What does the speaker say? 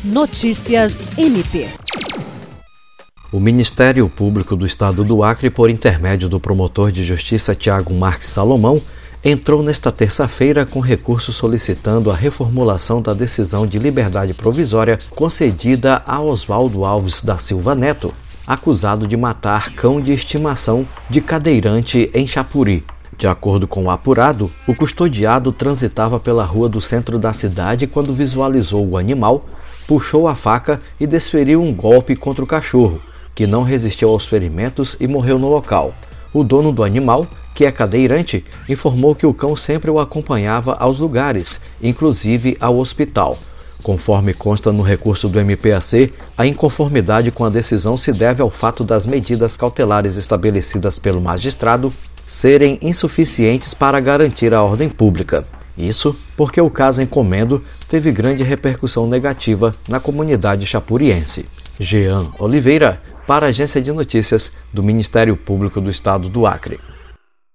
Notícias MP. O Ministério Público do Estado do Acre, por intermédio do promotor de justiça Tiago Marques Salomão, entrou nesta terça-feira com recurso solicitando a reformulação da decisão de liberdade provisória concedida a Oswaldo Alves da Silva Neto, acusado de matar cão de estimação de cadeirante em Chapuri. De acordo com o apurado, o custodiado transitava pela rua do centro da cidade quando visualizou o animal, puxou a faca e desferiu um golpe contra o cachorro, que não resistiu aos ferimentos e morreu no local. O dono do animal, que é cadeirante, informou que o cão sempre o acompanhava aos lugares, inclusive ao hospital. Conforme consta no recurso do MPAC, a inconformidade com a decisão se deve ao fato das medidas cautelares estabelecidas pelo magistrado serem insuficientes para garantir a ordem pública. Isso porque o caso em Comendo teve grande repercussão negativa na comunidade chapuriense. Jean Oliveira, para a Agência de Notícias do Ministério Público do Estado do Acre.